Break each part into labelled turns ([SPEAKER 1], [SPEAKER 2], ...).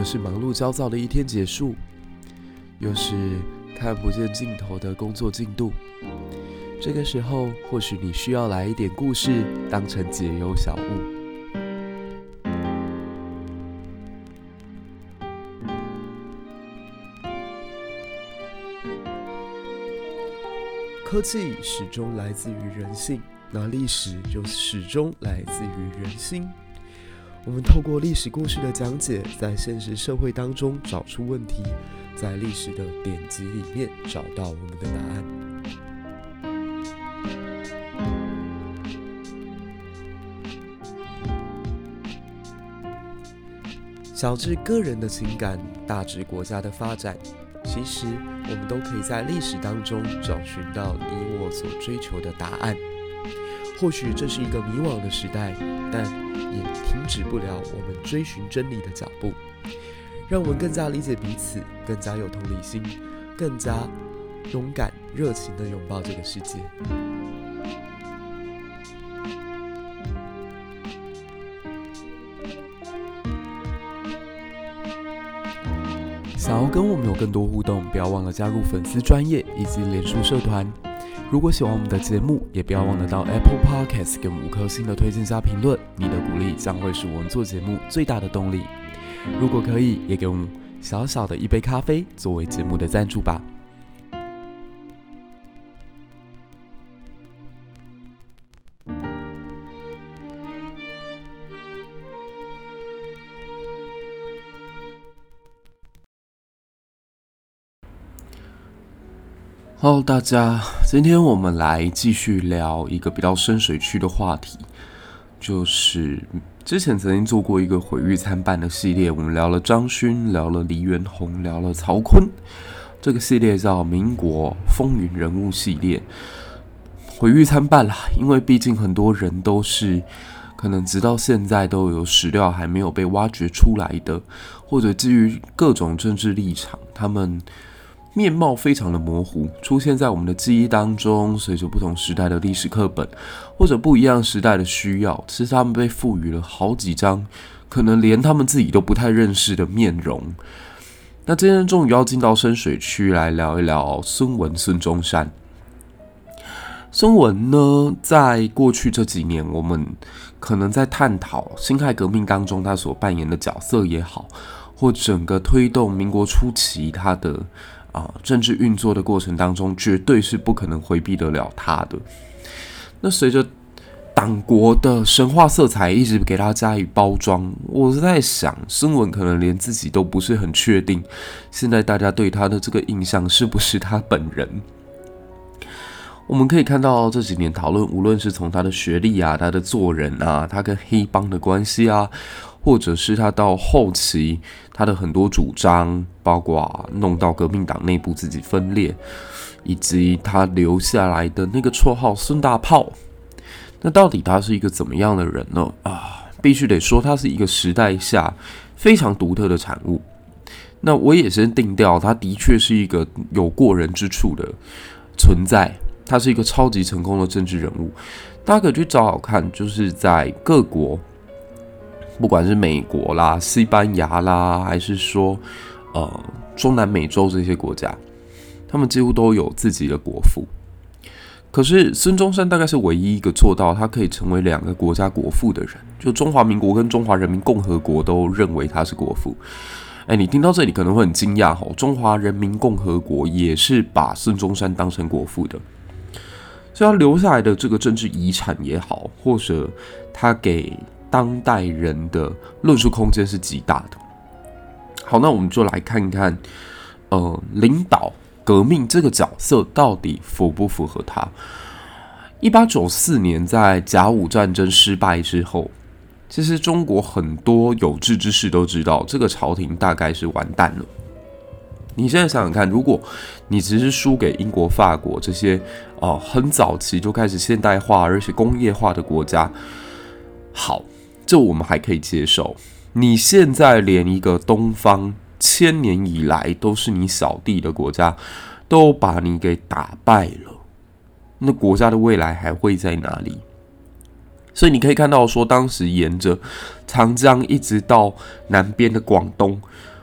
[SPEAKER 1] 又是忙碌焦躁的一天结束，又是看不见尽头的工作进度。这个时候，或许你需要来一点故事，当成解忧小物。科技始终来自于人性，那历史就始终来自于人心。我们透过历史故事的讲解，在现实社会当中找出问题，在历史的典籍里面找到我们的答案。小至个人的情感，大至国家的发展，其实我们都可以在历史当中找寻到你我所追求的答案。或许这是一个迷惘的时代，但也停止不了我们追寻真理的脚步。让我们更加理解彼此，更加有同理心，更加勇敢、热情地拥抱这个世界。想要跟我们有更多互动，不要忘了加入粉丝专页以及脸书社团。如果喜欢我们的节目，也不要忘了到 Apple Podcast 给我们5颗星的推荐加评论，你的鼓励将会是我们做节目最大的动力。如果可以，也给我们小小的一杯咖啡作为节目的赞助吧。Hello， 大家，今天我们来继续聊一个比较深水区的话题，就是之前曾经做过一个毁誉参半的系列，我们聊了张勋，聊了黎元洪，聊了曹锟，这个系列叫民国风云人物系列。毁誉参半啦，因为毕竟很多人都是可能直到现在都有史料还没有被挖掘出来的，或者基于各种政治立场，他们面貌非常的模糊，出现在我们的记忆当中，随着不同时代的历史课本或者不一样时代的需要，其实他们被赋予了好几张可能连他们自己都不太认识的面容。那今天终于要进到深水区来聊一聊孙文、孙中山。孙文呢，在过去这几年，我们可能在探讨辛亥革命当中他所扮演的角色也好，或整个推动民国初期他的政治运作的过程当中，绝对是不可能回避得了他的。那随着党国的神话色彩一直给他加以包装，我是在想，孙文可能连自己都不是很确定，现在大家对他的这个印象是不是他本人。我们可以看到这几年讨论，无论是从他的学历啊，他的做人啊，他跟黑帮的关系啊，或者是他到后期他的很多主张，包括弄到革命党内部自己分裂，以及他留下来的那个绰号孙大炮。那到底他是一个怎么样的人呢？必须得说他是一个时代下非常独特的产物。那我也先定调，他的确是一个有过人之处的存在，他是一个超级成功的政治人物。大家可以去找找看，就是在各国，不管是美国啦、西班牙啦，还是说中南美洲这些国家，他们几乎都有自己的国父。可是孙中山大概是唯一一个做到他可以成为2个国家国父的人，就中华民国跟中华人民共和国都认为他是国父。你听到这里可能会很惊讶，中华人民共和国也是把孙中山当成国父的。所以他留下来的这个政治遗产也好，或者他给当代人的论述空间是极大的。好，那我们就来看一看，领导革命这个角色到底符不符合他。1894年在甲午战争失败之后，其实中国很多有志之士都知道，这个朝廷大概是完蛋了。你现在想想看，如果你只是输给英国、法国这些很早期就开始现代化而且工业化的国家，好，这我们还可以接受。你现在连一个东方1000年以来都是你小弟的国家都把你给打败了，那国家的未来还会在哪里？所以你可以看到说，当时沿着长江一直到南边的广东，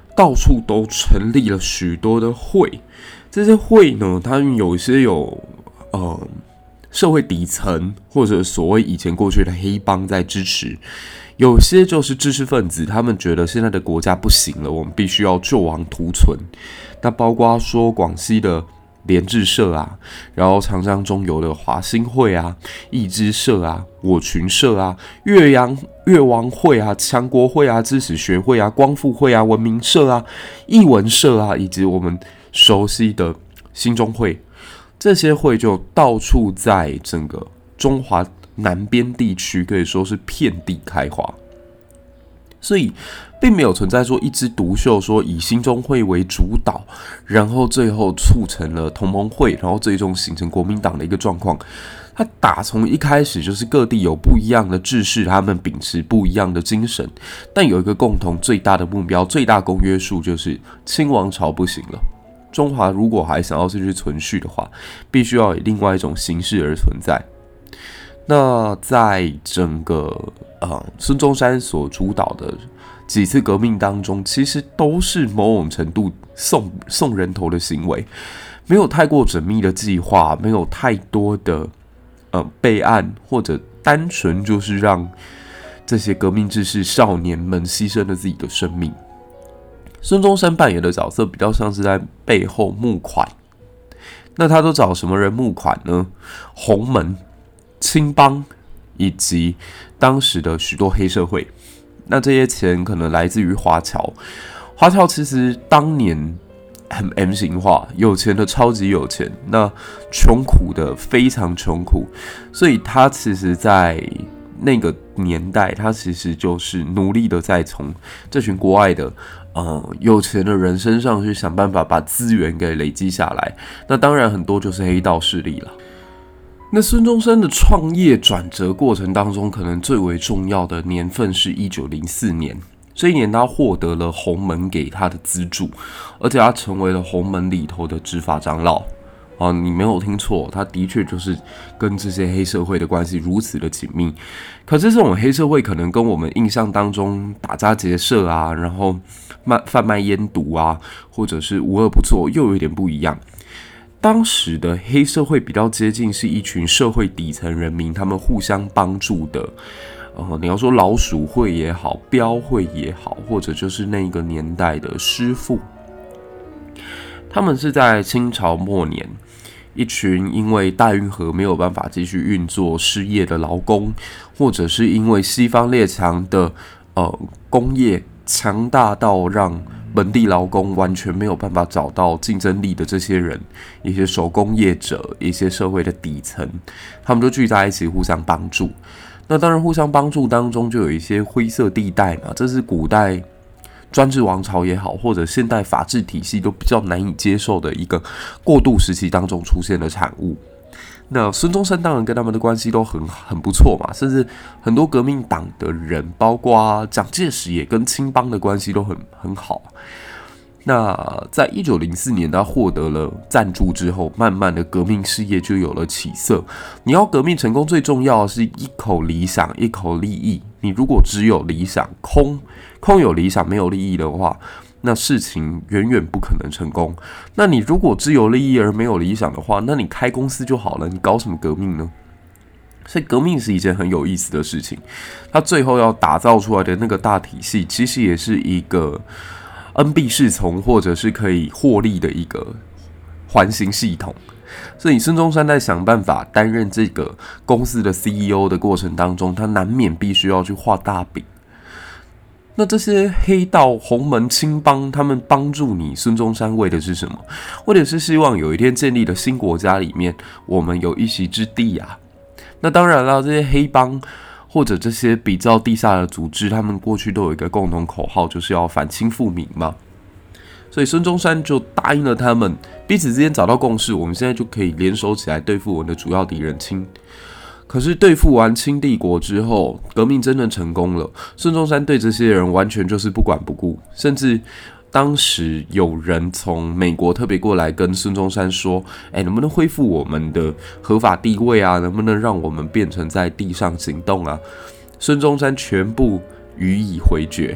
[SPEAKER 1] 到处都成立了许多的会。这些会呢，他们有些有社会底层或者所谓以前过去的黑帮在支持，有些就是知识分子，他们觉得现在的国家不行了，我们必须要救亡图存。那包括说广西的联志社啊，然后长江中游的华兴会啊、义之社啊、我群社啊、越王会啊、强国会啊、知识学会啊、光复会啊、文明社啊、艺文社啊，以及我们熟悉的兴中会，这些会就到处在整个中华南边地区可以说是遍地开花。所以并没有存在说一枝独秀，说以兴中会为主导，然后最后促成了同盟会，然后最终形成国民党的一个状况。他打从一开始就是各地有不一样的志士，他们秉持不一样的精神，但有一个共同最大的目标、最大公约数，就是清王朝不行了。中华如果还想要继续存续的话，必须要以另外一种形式而存在。那在整个孙中山所主导的几次革命当中，其实都是某种程度送人头的行为，没有太过缜密的计划，没有太多的备案，或者单纯就是让这些革命志士少年们牺牲了自己的生命。孙中山扮演的角色比较像是在背后募款，那他都找什么人募款呢？洪门、青帮以及当时的许多黑社会。那这些钱可能来自于华侨。华侨其实当年很 M 型化，有钱的超级有钱，那穷苦的非常穷苦，所以他其实在那个年代，他其实就是努力的在从这群国外的有钱的人身上去想办法把资源给累积下来。那当然很多就是黑道势力了。那孙中山的创业转折过程当中，可能最为重要的年份是1904年。这一年，他获得了洪门给他的资助，而且他成为了洪门里头的执法长老。你没有听错，他的确就是跟这些黑社会的关系如此的紧密。可是这种黑社会可能跟我们印象当中打家劫舍啊，然后贩卖烟毒啊，或者是无恶不作，又有一点不一样。当时的黑社会比较接近是一群社会底层人民，他们互相帮助的。你要说老鼠会也好，标会也好，或者就是那个年代的师傅，他们是在清朝末年，一群因为大运河没有办法继续运作失业的劳工，或者是因为西方列强的工业强大到让本地劳工完全没有办法找到竞争力的这些人，一些手工业者，一些社会的底层，他们就聚在一起互相帮助。那当然互相帮助当中就有一些灰色地带嘛，这是古代专制王朝也好，或者现代法治体系都比较难以接受的一个过渡时期当中出现的产物。那孙中山当然跟他们的关系都很不错嘛，甚至很多革命党的人，包括蒋介石也跟青帮的关系都很好。那在1904年他获得了赞助之后，慢慢的革命事业就有了起色。你要革命成功，最重要的是一口理想，一口利益。你如果只有理想，空有理想没有利益的话，那事情远远不可能成功。那你如果只有利益而没有理想的话，那你开公司就好了，你搞什么革命呢？所以革命是一件很有意思的事情。他最后要打造出来的那个大体系，其实也是一个恩必侍从，或者是可以获利的一个环形系统。所以孙中山在想办法担任这个公司的 CEO 的过程当中，他难免必须要去画大饼。那这些黑道、洪门、青帮，他们帮助你，孙中山为的是什么？为的是希望有一天建立的新国家里面，我们有一席之地啊。那当然了，这些黑帮或者这些比较地下的组织，他们过去都有一个共同口号，就是要反清复明嘛。所以孙中山就答应了他们，彼此之间找到共识，我们现在就可以联手起来对付我们的主要敌人清。可是对付完清帝国之后，革命真的成功了，孙中山对这些人完全就是不管不顾，甚至当时有人从美国特别过来跟孙中山说，能不能恢复我们的合法地位啊？能不能让我们变成在地上行动啊？孙中山全部予以回绝。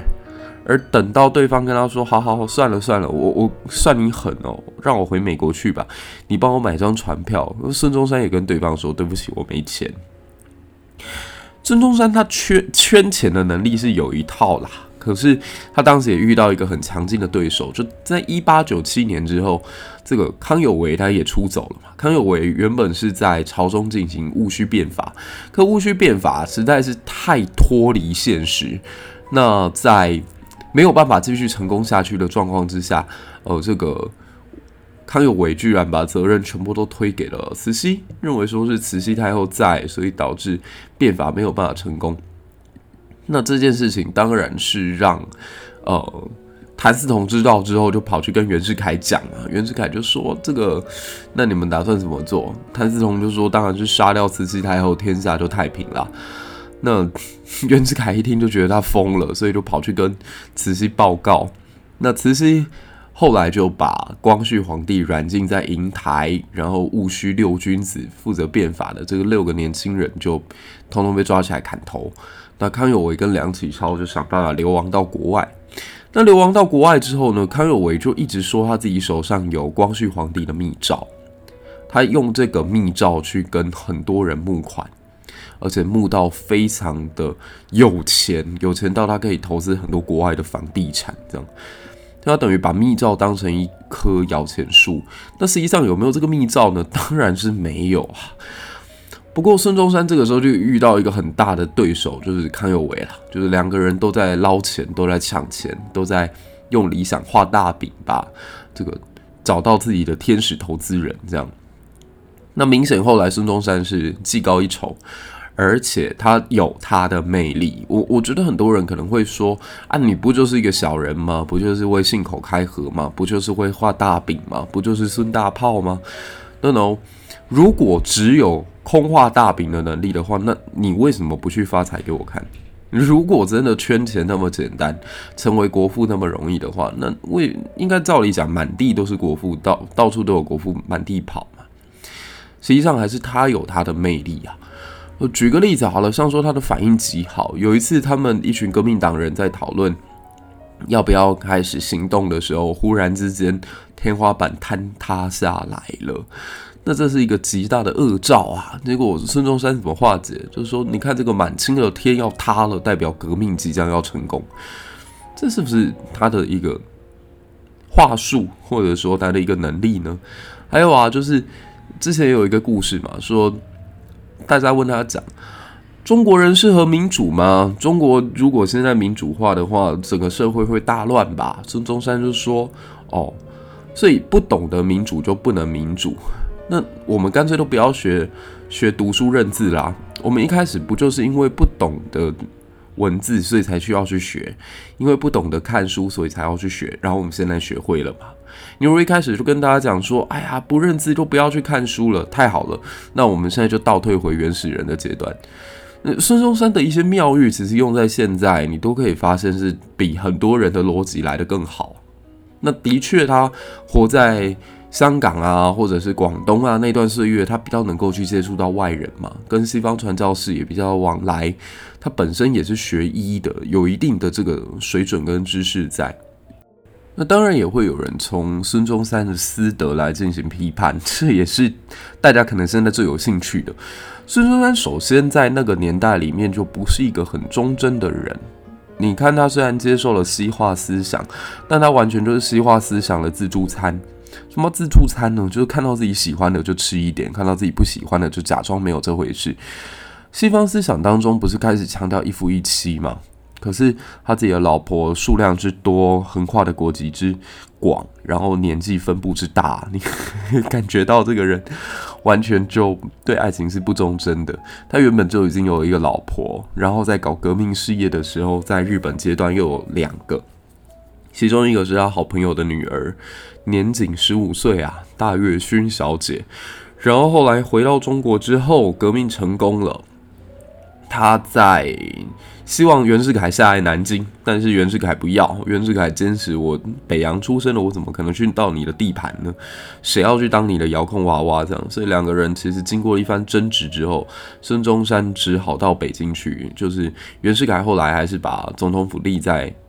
[SPEAKER 1] 而等到对方跟他说：“好好好，算了算了，我算你狠哦，让我回美国去吧，你帮我买张船票。”孙中山也跟对方说：“对不起，我没钱。”孙中山他圈钱的能力是有一套啦，可是他当时也遇到一个很强劲的对手，就在1897年之后，这个康有为他也出走了嘛。康有为原本是在朝中进行戊戌变法，可戊戌变法实在是太脱离现实，那在没有办法继续成功下去的状况之下，这个康有为居然把责任全部都推给了慈禧，认为说是慈禧太后在，所以导致变法没有办法成功。那这件事情当然是让谭嗣同知道之后，就跑去跟袁世凯讲嘛。袁世凯就说：“这个，那你们打算怎么做？”谭嗣同就说：“当然是杀掉慈禧太后，天下就太平了。”那袁世凯一听就觉得他疯了，所以就跑去跟慈禧报告。那慈禧后来就把光绪皇帝软禁在瀛台，然后戊戌六君子负责变法的这个6个年轻人就统统被抓起来砍头。那康有为跟梁启超就想办法流亡到国外。那流亡到国外之后呢，康有为就一直说他自己手上有光绪皇帝的密诏，他用这个密诏去跟很多人募款，而且募到非常的有钱到他可以投资很多国外的房地产，这样。他等于把密诏当成一棵摇钱树。那实际上有没有这个密诏呢？当然是没有啊。不过孙中山这个时候就遇到一个很大的对手，就是康有为啦，就是2个人都在捞钱，都在抢钱，都在用理想画大饼，把这个找到自己的天使投资人这样。那明显后来孙中山是技高一筹，而且他有他的魅力。我觉得很多人可能会说啊，你不就是一个小人吗？不就是会信口开河吗？不就是会画大饼吗？不就是孙大炮吗？ No， 如果只有空画大饼的能力的话，那你为什么不去发财给我看？如果真的圈钱那么简单，成为国父那么容易的话，那应该照理讲，满地都是国父，到处都有国父满地跑嘛。实际上还是他有他的魅力啊。我举个例子好了，像说他的反应极好。有一次，他们一群革命党人在讨论要不要开始行动的时候，忽然之间天花板坍塌下来了。那这是一个极大的恶兆啊！结果孙中山怎么化解？就是说，你看这个满清的天要塌了，代表革命即将要成功。这是不是他的一个话术，或者说他的一个能力呢？还有啊，就是之前有一个故事嘛，说大家问他讲，中国人适合民主吗？中国如果现在民主化的话，整个社会会大乱吧？孙中山就说：“哦，所以不懂得民主就不能民主。那我们干脆都不要学读书认字啦。我们一开始不就是因为不懂得文字，所以才需要去学？因为不懂得看书，所以才要去学。然后我们现在学会了嘛？你如果一开始就跟大家讲说，哎呀，不认字就不要去看书了，太好了。那我们现在就倒退回原始人的阶段。孙中山的一些妙语，其实用在现在，你都可以发现是比很多人的逻辑来得更好。那的确，他活在香港啊，或者是广东啊那段岁月，他比较能够去接触到外人嘛，跟西方传教士也比较往来。他本身也是学医的，有一定的这个水准跟知识在。那当然也会有人从孙中山的私德来进行批判，这也是大家可能现在最有兴趣的。孙中山首先在那个年代里面就不是一个很忠贞的人。你看他虽然接受了西化思想，但他完全就是西化思想的自助餐。什么自助餐呢？就是看到自己喜欢的就吃一点，看到自己不喜欢的就假装没有这回事。西方思想当中不是开始强调一夫一妻吗？可是他自己的老婆数量之多，横跨的国籍之广，然后年纪分布之大，你感觉到这个人完全就对爱情是不忠贞的。他原本就已经有一个老婆，然后在搞革命事业的时候，在日本阶段又有2个，其中一个是他好朋友的女儿，年仅15岁啊，大月薰小姐。然后后来回到中国之后，革命成功了，他在希望袁世凯下来南京，但是袁世凯不要，袁世凯坚持我北洋出身的，我怎么可能去到你的地盘呢？谁要去当你的遥控娃娃这样？所以2个人其实经过一番争执之后，孙中山只好到北京去，就是袁世凯后来还是把总统府立在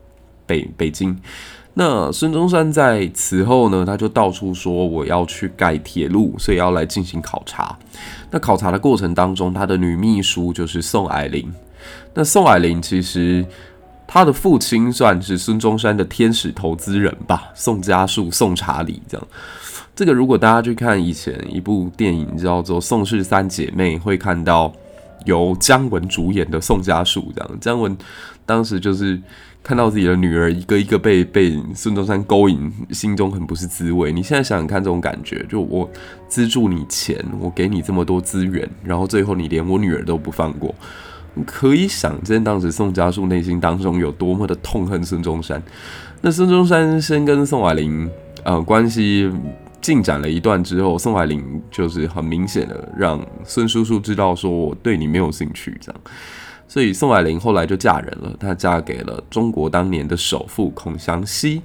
[SPEAKER 1] 北京。那孙中山在此后呢，他就到处说我要去盖铁路，所以要来进行考察。那考察的过程当中，他的女秘书就是宋霭龄。那宋霭龄其实他的父亲算是孙中山的天使投资人吧，宋家树、宋查理这样。这个如果大家去看以前一部电影叫做《宋氏三姐妹》，会看到由姜文主演的宋家树这样。姜文当时就是看到自己的女儿一个一个被孙中山勾引，心中很不是滋味。你现在想想看，这种感觉，就我资助你钱，我给你这么多资源，然后最后你连我女儿都不放过，可以想见当时宋家树内心当中有多么的痛恨孙中山。那孙中山先跟宋霭龄关系进展了一段之后，宋霭龄就是很明显的让孙叔叔知道说我对你没有兴趣这样。所以宋霭龄后来就嫁人了，她嫁给了中国当年的首富孔祥熙。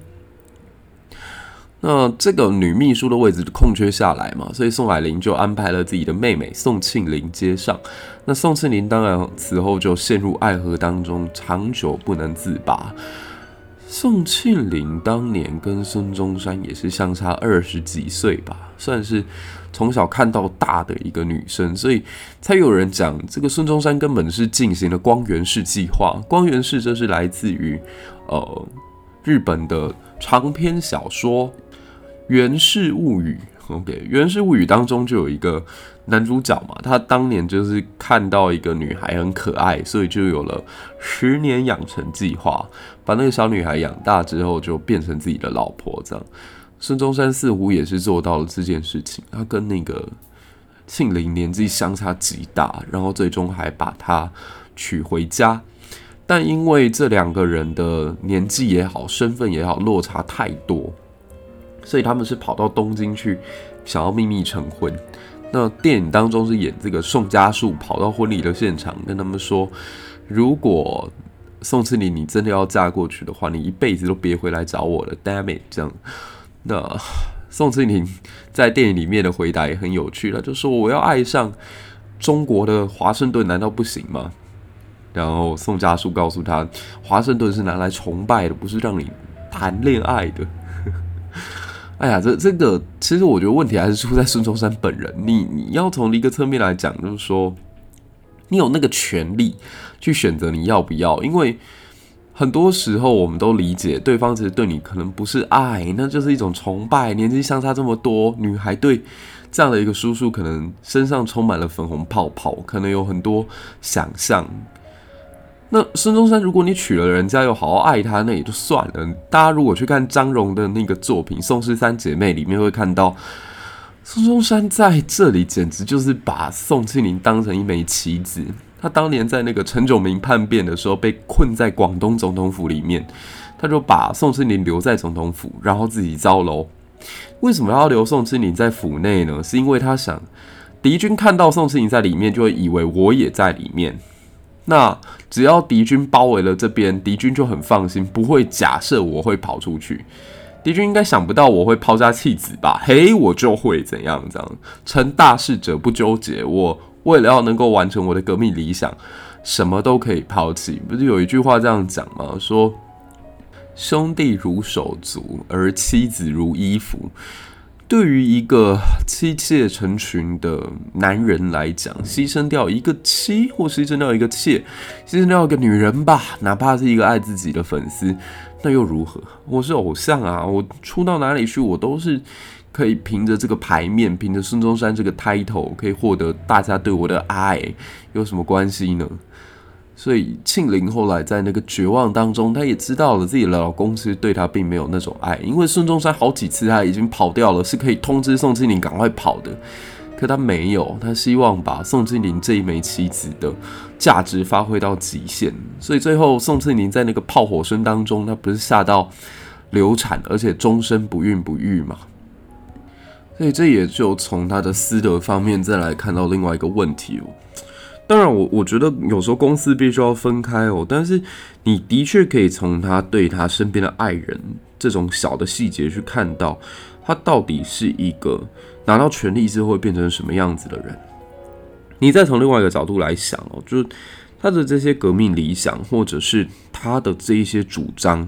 [SPEAKER 1] 那这个女秘书的位置空缺下来嘛，所以宋霭龄就安排了自己的妹妹宋庆龄接上。那宋庆龄当然此后就陷入爱河当中，长久不能自拔。宋庆龄当年跟孙中山也是相差20几岁吧，算是从小看到大的一个女生，所以才有人讲这个孙中山根本是进行了光源氏计划。光源氏这是来自于日本的长篇小说《源氏物语》。OK，《源氏物语》当中就有一个男主角嘛，他当年就是看到一个女孩很可爱，所以就有了10年养成计划，把那个小女孩养大之后就变成自己的老婆这样。孙中山似乎也是做到了这件事情，他跟那个庆龄年纪相差极大，然后最终还把她娶回家。但因为这两个人的年纪也好，身份也好，落差太多，所以他们是跑到东京去，想要秘密成婚。那电影当中是演这个宋家树跑到婚礼的现场，跟他们说，如果宋庆龄你真的要嫁过去的话，你一辈子都别回来找我了 ，damn it， 这样。那宋庆龄在电影里面的回答也很有趣，他就说我要爱上中国的华盛顿难道不行吗？然后宋家树告诉他，华盛顿是拿来崇拜的，不是让你谈恋爱的。哎呀，这个其实我觉得问题还是出在孙中山本人。你要从一个侧面来讲，就是说你有那个权利去选择你要不要，因为很多时候我们都理解对方其实对你可能不是爱，那就是一种崇拜。年纪相差这么多，女孩对这样的一个叔叔可能身上充满了粉红泡泡，可能有很多想象。那孙中山，如果你娶了人家又好好爱他，那也就算了。大家如果去看张荣的那个作品《宋氏三姐妹》里面，会看到孙中山在这里简直就是把宋庆龄当成一枚棋子。他当年在那个陈炯明叛变的时候，被困在广东总统府里面，他就把宋庆龄留在总统府，然后自己招楼。为什么要留宋庆龄在府内呢？是因为他想，敌军看到宋庆龄在里面，就会以为我也在里面。那只要敌军包围了这边，敌军就很放心，不会假设我会跑出去。敌军应该想不到我会抛家弃子吧？嘿，我就会怎样这样？成大事者不纠结，我为了要能够完成我的革命理想，什么都可以抛弃。不是有一句话这样讲吗？说兄弟如手足，而妻子如衣服。对于一个妻妾成群的男人来讲，牺牲掉一个妻或牺牲掉一个妾，牺牲掉一个女人吧，哪怕是一个爱自己的粉丝，那又如何？我是偶像啊，我出到哪里去，我都是可以凭着这个牌面，凭着孙中山这个 title， 可以获得大家对我的爱，有什么关系呢？所以庆龄后来在那个绝望当中，她也知道了自己的老公其实对她并没有那种爱，因为孙中山好几次他已经跑掉了，是可以通知宋庆龄赶快跑的，可他没有，他希望把宋庆龄这一枚棋子的价值发挥到极限，所以最后宋庆龄在那个炮火声当中，她不是吓到流产，而且终身不孕不育嘛。所以这也就从她的私德方面再来看到另外一个问题哦。当然我觉得有时候公私必须要分开哦，但是你的确可以从他对他身边的爱人这种小的细节去看到，他到底是一个拿到权力之后会变成什么样子的人。你再从另外一个角度来想哦，就是他的这些革命理想，或者是他的这一些主张，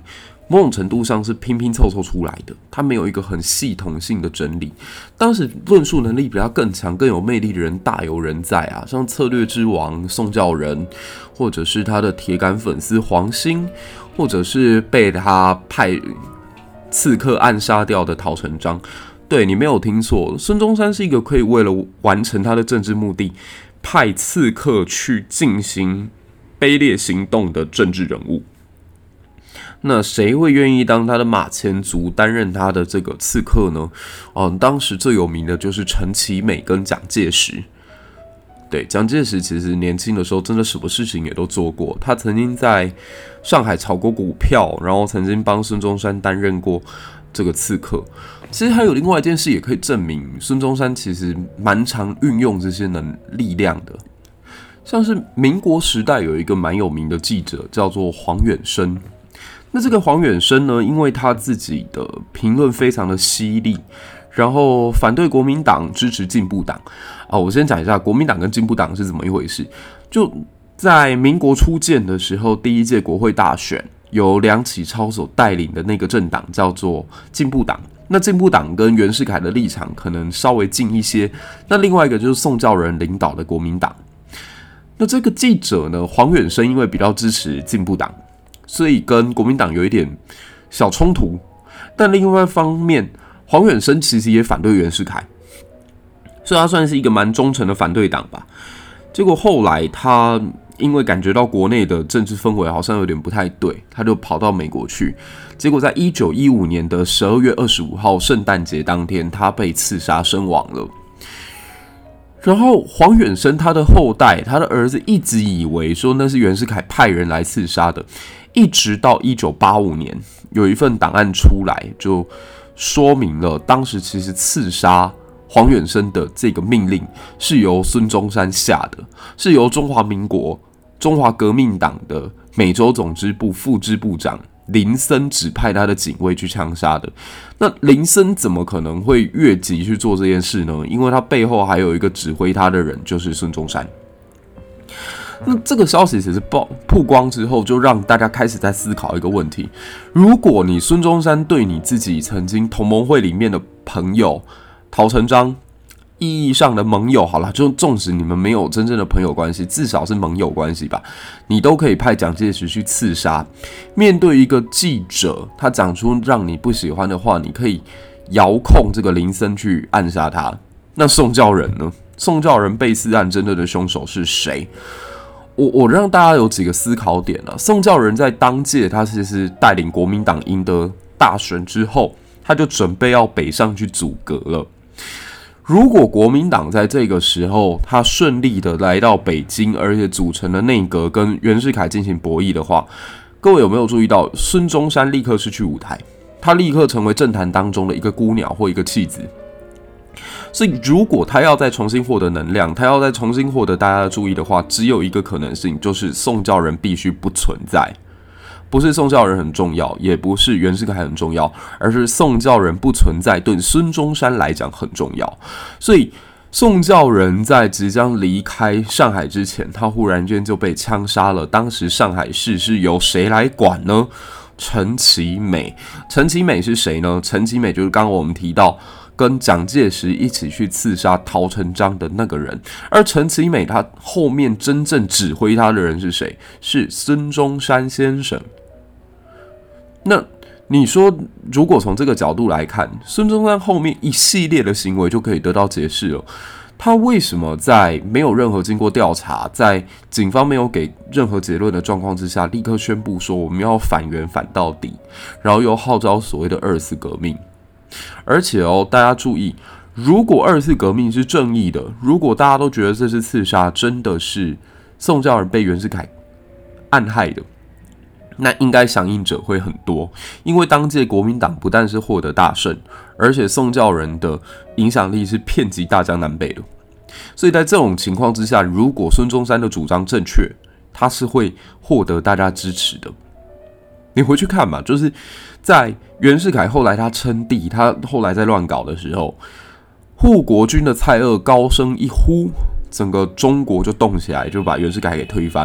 [SPEAKER 1] 某种程度上是拼拼凑凑出来的，它没有一个很系统性的整理。当时论述能力比他更强、更有魅力的人大有人在啊，像策略之王宋教仁，或者是他的铁杆粉丝黄兴，或者是被他派刺客暗杀掉的陶成章。对，你没有听错，孙中山是一个可以为了完成他的政治目的，派刺客去进行卑劣行动的政治人物。那谁会愿意当他的马前卒，担任他的这个刺客呢？当时最有名的就是陈其美跟蒋介石。对，蒋介石其实年轻的时候真的什么事情也都做过，他曾经在上海炒过股票，然后曾经帮孙中山担任过这个刺客。其实还有另外一件事也可以证明，孙中山其实蛮常运用这些力量的。像是民国时代有一个蛮有名的记者叫做黄远生。那这个黄远生呢，因为他自己的评论非常的犀利，然后反对国民党，支持进步党啊。我先讲一下国民党跟进步党是怎么一回事。就在民国初建的时候，第一届国会大选由梁启超所带领的那个政党叫做进步党。那进步党跟袁世凯的立场可能稍微近一些。那另外一个就是宋教仁领导的国民党。那这个记者呢，黄远生因为比较支持进步党，所以跟国民党有一点小冲突。但另外一方面，黄远生其实也反对袁世凯，所以他算是一个蛮忠诚的反对党吧。结果后来他因为感觉到国内的政治氛围好像有点不太对，他就跑到美国去。结果在1915年的12月25号圣诞节当天，他被刺杀身亡了。然后黄远生他的后代，他的儿子一直以为说那是袁世凯派人来刺杀的，一直到1985年有一份档案出来，就说明了当时其实刺杀黄远生的这个命令是由孙中山下的，是由中华民国中华革命党的美洲总支部副支部长林森指派他的警卫去枪杀的。那林森怎么可能会越级去做这件事呢？因为他背后还有一个指挥他的人，就是孙中山。那这个消息其实曝光之后，就让大家开始在思考一个问题：如果你孙中山对你自己曾经同盟会里面的朋友陶成章，意义上的盟友好了，就纵使你们没有真正的朋友关系，至少是盟友关系吧，你都可以派蒋介石去刺杀。面对一个记者，他讲出让你不喜欢的话，你可以遥控这个林森去暗杀他。那宋教仁呢？宋教仁被刺案真正的凶手是谁？我让大家有几个思考点啊。宋教仁在当届他其实带领国民党赢得大选之后，他就准备要北上去阻隔了。如果国民党在这个时候他顺利的来到北京，而且组成了内阁跟袁世凯进行博弈的话，各位有没有注意到孙中山立刻失去舞台，他立刻成为政坛当中的一个孤鸟或一个弃子。所以如果他要再重新获得能量，他要再重新获得大家的注意的话，只有一个可能性，就是宋教仁必须不存在。不是宋教仁很重要，也不是袁世凯很重要，而是宋教仁不存在对孙中山来讲很重要。所以宋教仁在即将离开上海之前，他忽然间就被枪杀了。当时上海市是由谁来管呢？陈其美。陈其美是谁呢？陈其美就是刚刚我们提到跟蒋介石一起去刺杀陶成章的那个人。而陈其美他后面真正指挥他的人是谁？是孙中山先生。那你说，如果从这个角度来看，孙中山后面一系列的行为就可以得到解释了。他为什么在没有任何经过调查，在警方没有给任何结论的状况之下，立刻宣布说我们要反袁反到底，然后又号召所谓的二次革命？而且大家注意，如果二次革命是正义的，如果大家都觉得这次刺杀真的是宋教仁被袁世凯暗害的，那应该响应者会很多，因为当届国民党不但是获得大胜，而且宋教仁的影响力是遍及大江南北的。所以在这种情况之下，如果孙中山的主张正确，他是会获得大家支持的。你回去看嘛，就是在袁世凯后来他称帝，他后来在乱搞的时候，护国军的蔡锷高声一呼，整个中国就动起来，就把袁世凯给推翻了。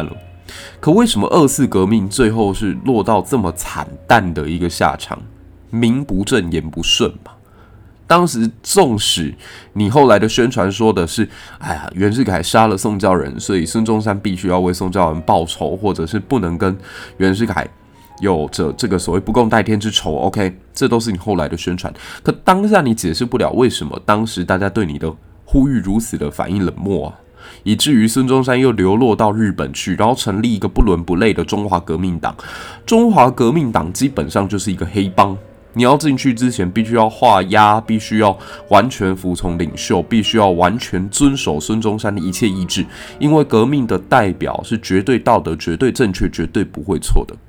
[SPEAKER 1] 可为什么2次革命最后是落到这么惨淡的一个下场？名不正言不顺嘛。当时纵使你后来的宣传说的是，哎呀，袁世凯杀了宋教仁，所以孙中山必须要为宋教仁报仇，或者是不能跟袁世凯有着这个所谓不共戴天之仇 ，OK， 这都是你后来的宣传。可当下你解释不了为什么当时大家对你的呼吁如此的反应冷漠啊，以至于孙中山又流落到日本去，然后成立一个不伦不类的中华革命党。中华革命党基本上就是一个黑帮。你要进去之前，必须要画押，必须要完全服从领袖，必须要完全遵守孙中山的一切意志，因为革命的代表是绝对道德、绝对正确、绝对不会错的。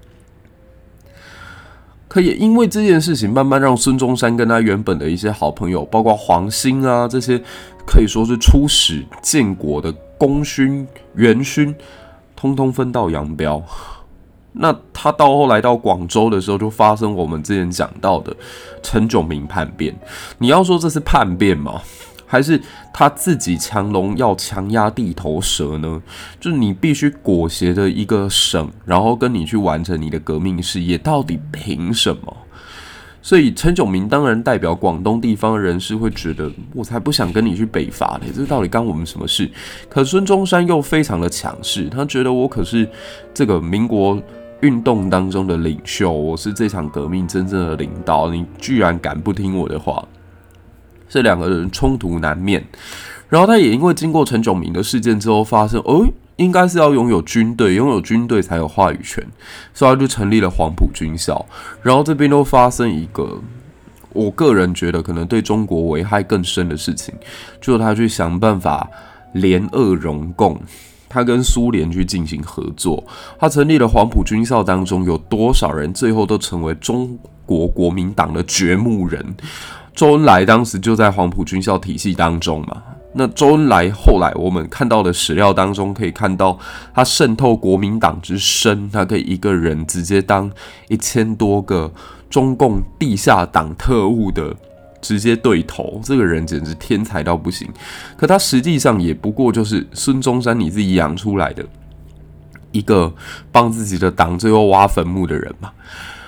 [SPEAKER 1] 可也因为这件事情，慢慢让孙中山跟他原本的一些好朋友，包括黄兴啊这些，可以说是初始建国的功勋、元勋，通通分道扬镳。那他到后来到广州的时候，就发生我们之前讲到的陈炯明叛变。你要说这是叛变吗？还是他自己强龙要强压地头蛇呢？就是你必须裹挟着一个省，然后跟你去完成你的革命事业，到底凭什么？所以陈炯明当然代表广东地方的人士会觉得，我才不想跟你去北伐嘞，这到底干我们什么事？可孙中山又非常的强势，他觉得我可是这个民国运动当中的领袖，我是这场革命真正的领导，你居然敢不听我的话？这两个人冲突难免。然后他也因为经过陈炯明的事件之后发现，应该是要拥有军队，拥有军队才有话语权，所以他就成立了黄埔军校。然后这边都发生一个我个人觉得可能对中国危害更深的事情，就是他去想办法联俄容共。他跟苏联去进行合作，他成立了黄埔军校，当中有多少人最后都成为中国国民党的掘墓人？周恩来当时就在黄埔军校体系当中嘛。那周恩来后来我们看到的史料当中，可以看到他渗透国民党之深，他可以一个人直接当1000多个中共地下党特务的直接对头，这个人简直天才到不行。可他实际上也不过就是孙中山你自己养出来的一个帮自己的党最后挖坟墓的人嘛。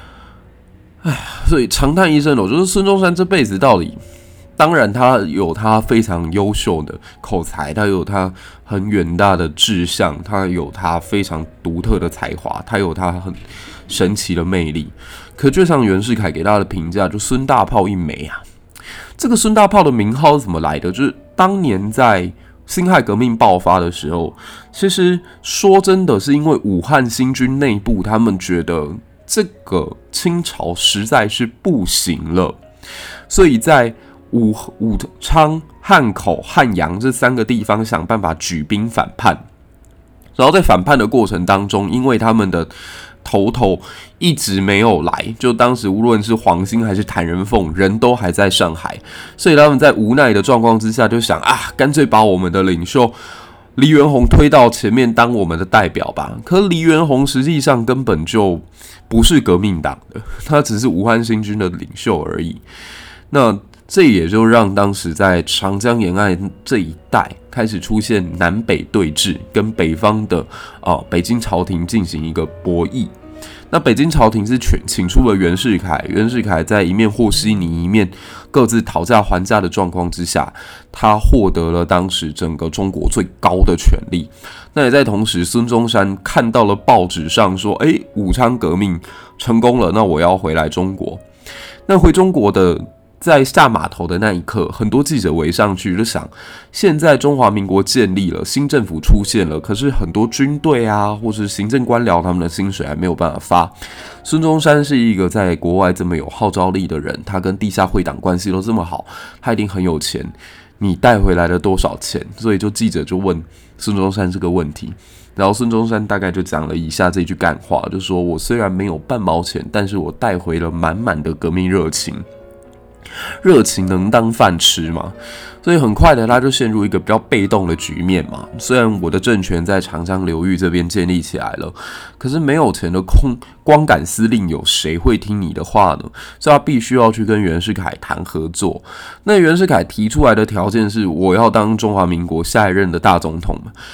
[SPEAKER 1] 所以长叹一声，我觉得孙中山这辈子到底，当然他有他非常优秀的口才，他有他很远大的志向，他有他非常独特的才华，他有他很神奇的魅力。可就像袁世凯给他的评价，就孙大炮一枚啊。这个孙大炮的名号是怎么来的？就是当年在辛亥革命爆发的时候，其实说真的是因为武汉新军内部他们觉得这个清朝实在是不行了，所以在武昌、汉口、汉阳这3个地方想办法举兵反叛。然后在反叛的过程当中，因为他们的头一直没有来，就当时无论是黄兴还是谭仁凤，人都还在上海，所以他们在无奈的状况之下，就想干脆把我们的领袖黎元洪推到前面当我们的代表吧。可黎元洪实际上根本就不是革命党的，他只是武汉新军的领袖而已。那这也就让当时在长江沿岸这一带开始出现南北对峙，跟北方的北京朝廷进行一个博弈。那北京朝廷是请出了袁世凯，袁世凯在一面和稀泥，一面各自讨价还价的状况之下，他获得了当时整个中国最高的权力。那也在同时，孙中山看到了报纸上说，武昌革命成功了，那我要回来中国。那回中国的在下码头的那一刻，很多记者围上去就想，现在中华民国建立了，新政府出现了，可是很多军队啊，或是行政官僚他们的薪水还没有办法发。孙中山是一个在国外这么有号召力的人，他跟地下会党关系都这么好，他一定很有钱，你带回来了多少钱？所以记者就问孙中山这个问题，然后孙中山大概就讲了以下这句干话，就说我虽然没有半毛钱，但是我带回了满满的革命热情。热情能当饭吃吗？所以很快的他就陷入一个比较被动的局面嘛。虽然我的政权在长江流域这边建立起来了，可是没有钱的光杆司令有谁会听你的话呢？所以他必须要去跟袁世凯谈合作。那袁世凯提出来的条件是，我要当中华民国下一任的大总统嘛。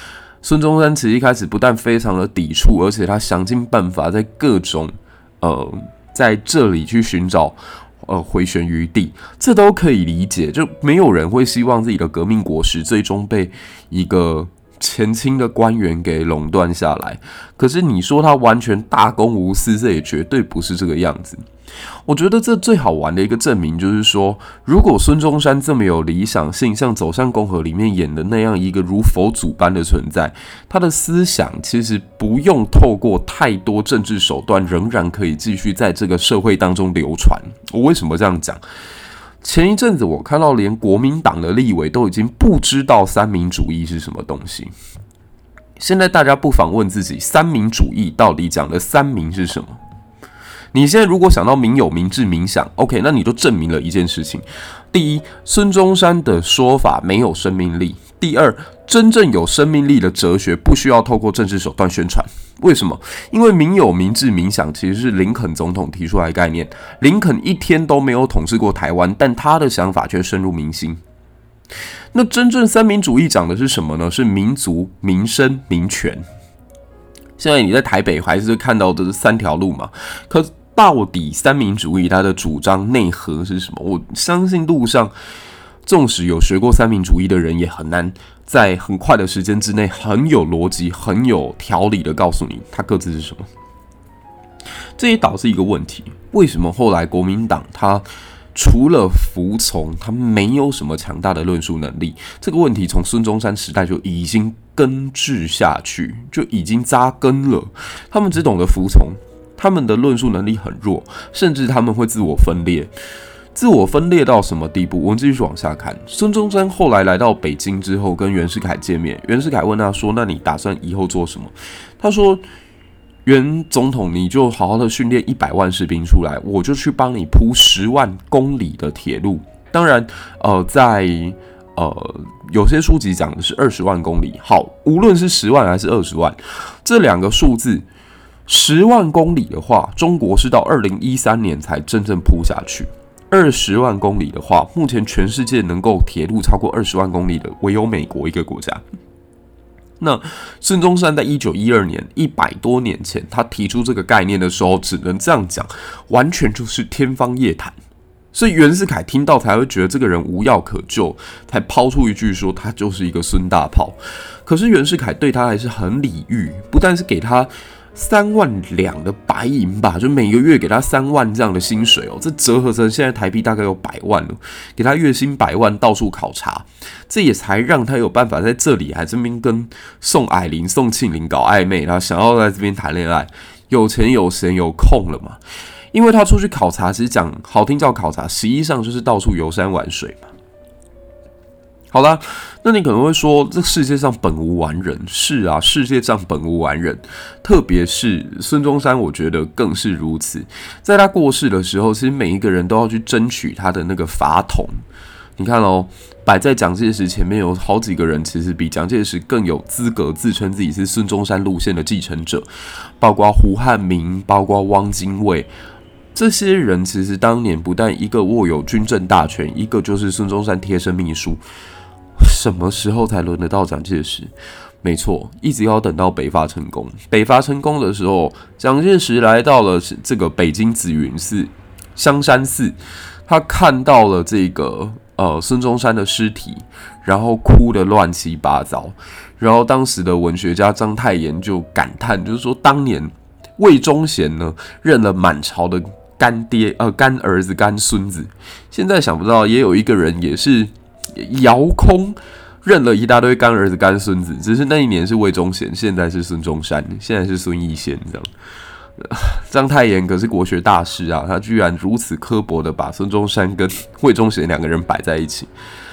[SPEAKER 1] 孙中山其实一开始不但非常的抵触，而且他想尽办法在各种在这里去寻找回旋余地，这都可以理解。就没有人会希望自己的革命果实最终被一个前清的官员给垄断下来。可是你说他完全大公无私，这也绝对不是这个样子。我觉得这最好玩的一个证明就是说，如果孙中山这么有理想性，像《走向共和》里面演的那样一个如佛祖般的存在，他的思想其实不用透过太多政治手段，仍然可以继续在这个社会当中流传。我为什么这样讲？前一阵子我看到连国民党的立委都已经不知道三民主义是什么东西。现在大家不妨问自己，三民主义到底讲的三民是什么？你现在如果想到民有、民治、民享 ，OK， 那你就证明了一件事情：第一，孙中山的说法没有生命力；第二，真正有生命力的哲学不需要透过政治手段宣传。为什么？因为民有、民治、民享其实是林肯总统提出来的概念。林肯一天都没有统治过台湾，但他的想法却深入民心。那真正三民主义讲的是什么呢？是民族、民生、民权。现在你在台北还是看到的是三条路嘛？可到底三民主义它的主张内核是什么？我相信路上纵使有学过三民主义的人，也很难在很快的时间之内很有逻辑、很有条理的告诉你它各自是什么。这也导致一个问题：为什么后来国民党它除了服从，它没有什么强大的论述能力？这个问题从孙中山时代就已经根治下去，就已经扎根了。他们只懂得服从。他们的论述能力很弱，甚至他们会自我分裂。自我分裂到什么地步？我们继续往下看。孙中山后来来到北京之后，跟袁世凯见面。袁世凯问他说：“那你打算以后做什么？”他说：“袁总统，你就好好的训练100万士兵出来，我就去帮你铺10万公里的铁路。当然，在有些书籍讲的是20万公里。好，无论是10万还是20万，这两个数字。10万公里的话，中国是到2013年才真正铺下去。20万公里的话，目前全世界能够铁路超过20万公里的，唯有美国一个国家。那孙中山在1912年100多年前，他提出这个概念的时候，只能这样讲，完全就是天方夜谭。所以袁世凯听到才会觉得这个人无药可救，才抛出一句说他就是一个孙大炮。可是袁世凯对他还是很礼遇，不但是给他3万两的白银吧，就每个月给他3万这样的薪水哦，这折合成现在台币大概有100万了，给他月薪100万，到处考察，这也才让他有办法在这里还这边跟宋霭龄、宋庆龄搞暧昧，他想要在这边谈恋爱，有钱有闲有空了嘛？因为他出去考察，其实讲好听叫考察，实际上就是到处游山玩水嘛。好啦，那你可能会说，这世界上本无完人。是啊，世界上本无完人，特别是孙中山，我觉得更是如此。在他过世的时候，其实每一个人都要去争取他的那个法统。你看哦，摆在蒋介石前面有好几个人，其实比蒋介石更有资格自称自己是孙中山路线的继承者，包括胡汉民，包括汪精卫。这些人其实当年不但一个握有军政大权，一个就是孙中山贴身秘书。什么时候才轮得到蒋介石？没错，一直要等到北伐成功。北伐成功的时候，蒋介石来到了这个北京紫云寺、香山寺，他看到了这个孙中山的尸体，然后哭得乱七八糟。然后当时的文学家章太炎就感叹，就是说当年魏忠贤呢认了满朝的干爹、干儿子、干孙子，现在想不到也有一个人也是遥空认了一大堆干儿子干孙子，只是那一年是魏忠贤，现在是孙中山，现在是孙逸仙这样。章太炎可是国学大师啊，他居然如此刻薄的把孙中山跟魏忠贤两个人摆在一起。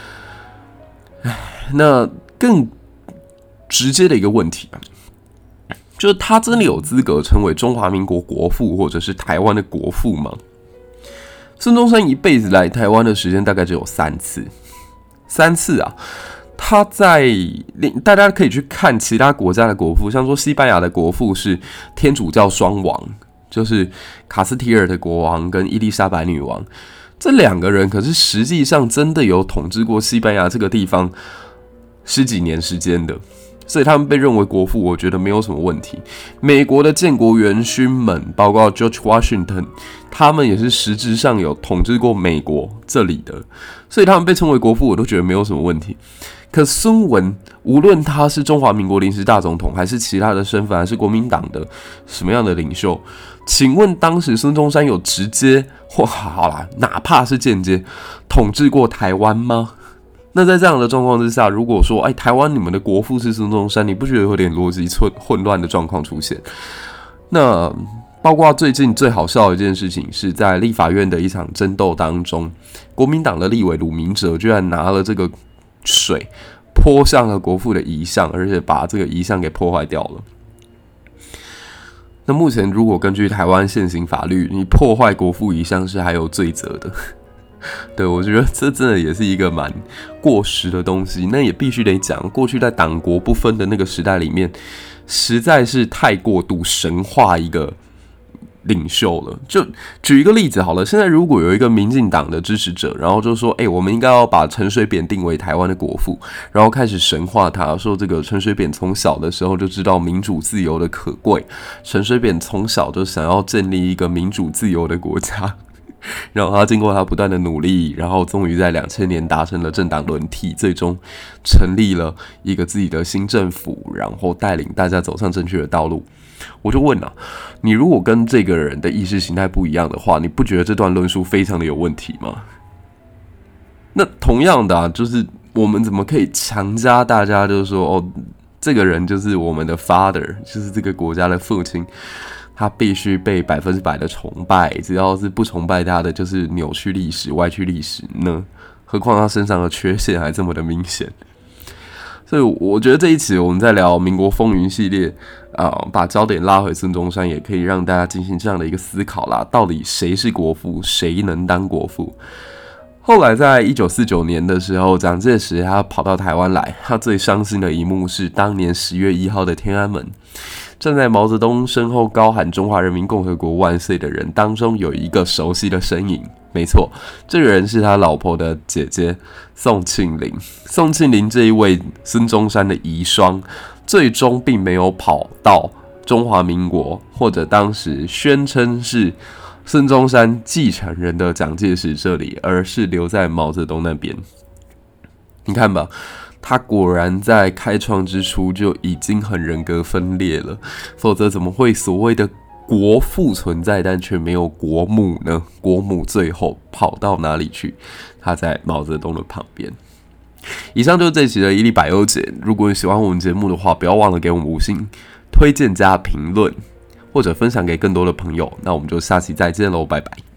[SPEAKER 1] 那更直接的一个问题啊，就是他真的有资格成为中华民国国父或者是台湾的国父吗？孙中山一辈子来台湾的时间大概只有3次啊。他在大家可以去看其他国家的国父，像说西班牙的国父是天主教双王，就是卡斯提尔的国王跟伊丽莎白女王，这2个人可是实际上真的有统治过西班牙这个地方10几年时间的。 所以他们被认为国父，我觉得没有什么问题。美国的建国元勋们，包括 George Washington， 他们也是实质上有统治过美国这里的，所以他们被称为国父，我都觉得没有什么问题。可孙文，无论他是中华民国临时大总统，还是其他的身份，还是国民党的什么样的领袖，请问当时孙中山有直接或好啦，哪怕是间接统治过台湾吗？那在这样的状况之下，如果说台湾你们的国父是孙中山，你不觉得有点逻辑混乱的状况出现？那包括最近最好笑的一件事情，是在立法院的一场争斗当中，国民党的立委鲁明哲居然拿了这个水泼向了国父的遗像，而且把这个遗像给破坏掉了。那目前如果根据台湾现行法律，你破坏国父遗像是还有罪责的。对，我觉得这真的也是一个蛮过时的东西。那也必须得讲，过去在党国不分的那个时代里面，实在是太过度神化一个领袖了。就举一个例子好了，现在如果有一个民进党的支持者，然后就说，我们应该要把陈水扁定为台湾的国父，然后开始神化他，说这个陈水扁从小的时候就知道民主自由的可贵，陈水扁从小就想要建立一个民主自由的国家。然后他经过他不断的努力，然后终于在2000年达成了政党轮替，最终成立了一个自己的新政府，然后带领大家走上正确的道路。我就问啊，你如果跟这个人的意识形态不一样的话，你不觉得这段论述非常的有问题吗？那同样的就是我们怎么可以强加大家就是说，这个人就是我们的 father， 就是这个国家的父亲，他必须被100%的崇拜，只要是不崇拜他的，就是扭曲历史、歪曲历史呢？何况他身上的缺陷还这么的明显。所以我觉得这一期我们在聊民国风云系列把焦点拉回孙中山，也可以让大家进行这样的一个思考啦：到底谁是国父，谁能当国父？后来在1949年的时候，蒋介石他跑到台湾来，他最伤心的一幕是当年10月1号的天安门。站在毛泽东身后高喊中华人民共和国万岁的人当中，有一个熟悉的身影，没错，这个人是他老婆的姐姐宋庆龄。宋庆龄这一位孙中山的遗孀，最终并没有跑到中华民国，或者当时宣称是孙中山继承人的蒋介石这里，而是留在毛泽东那边。你看吧，他果然在开创之初就已经很人格分裂了，否则怎么会所谓的国父存在，但却没有国母呢？国母最后跑到哪里去？他在毛泽东的旁边。以上就是这期的一粒百优解。如果你喜欢我们节目的话，不要忘了给我们5星推荐加评论，或者分享给更多的朋友。那我们就下期再见喽，拜拜。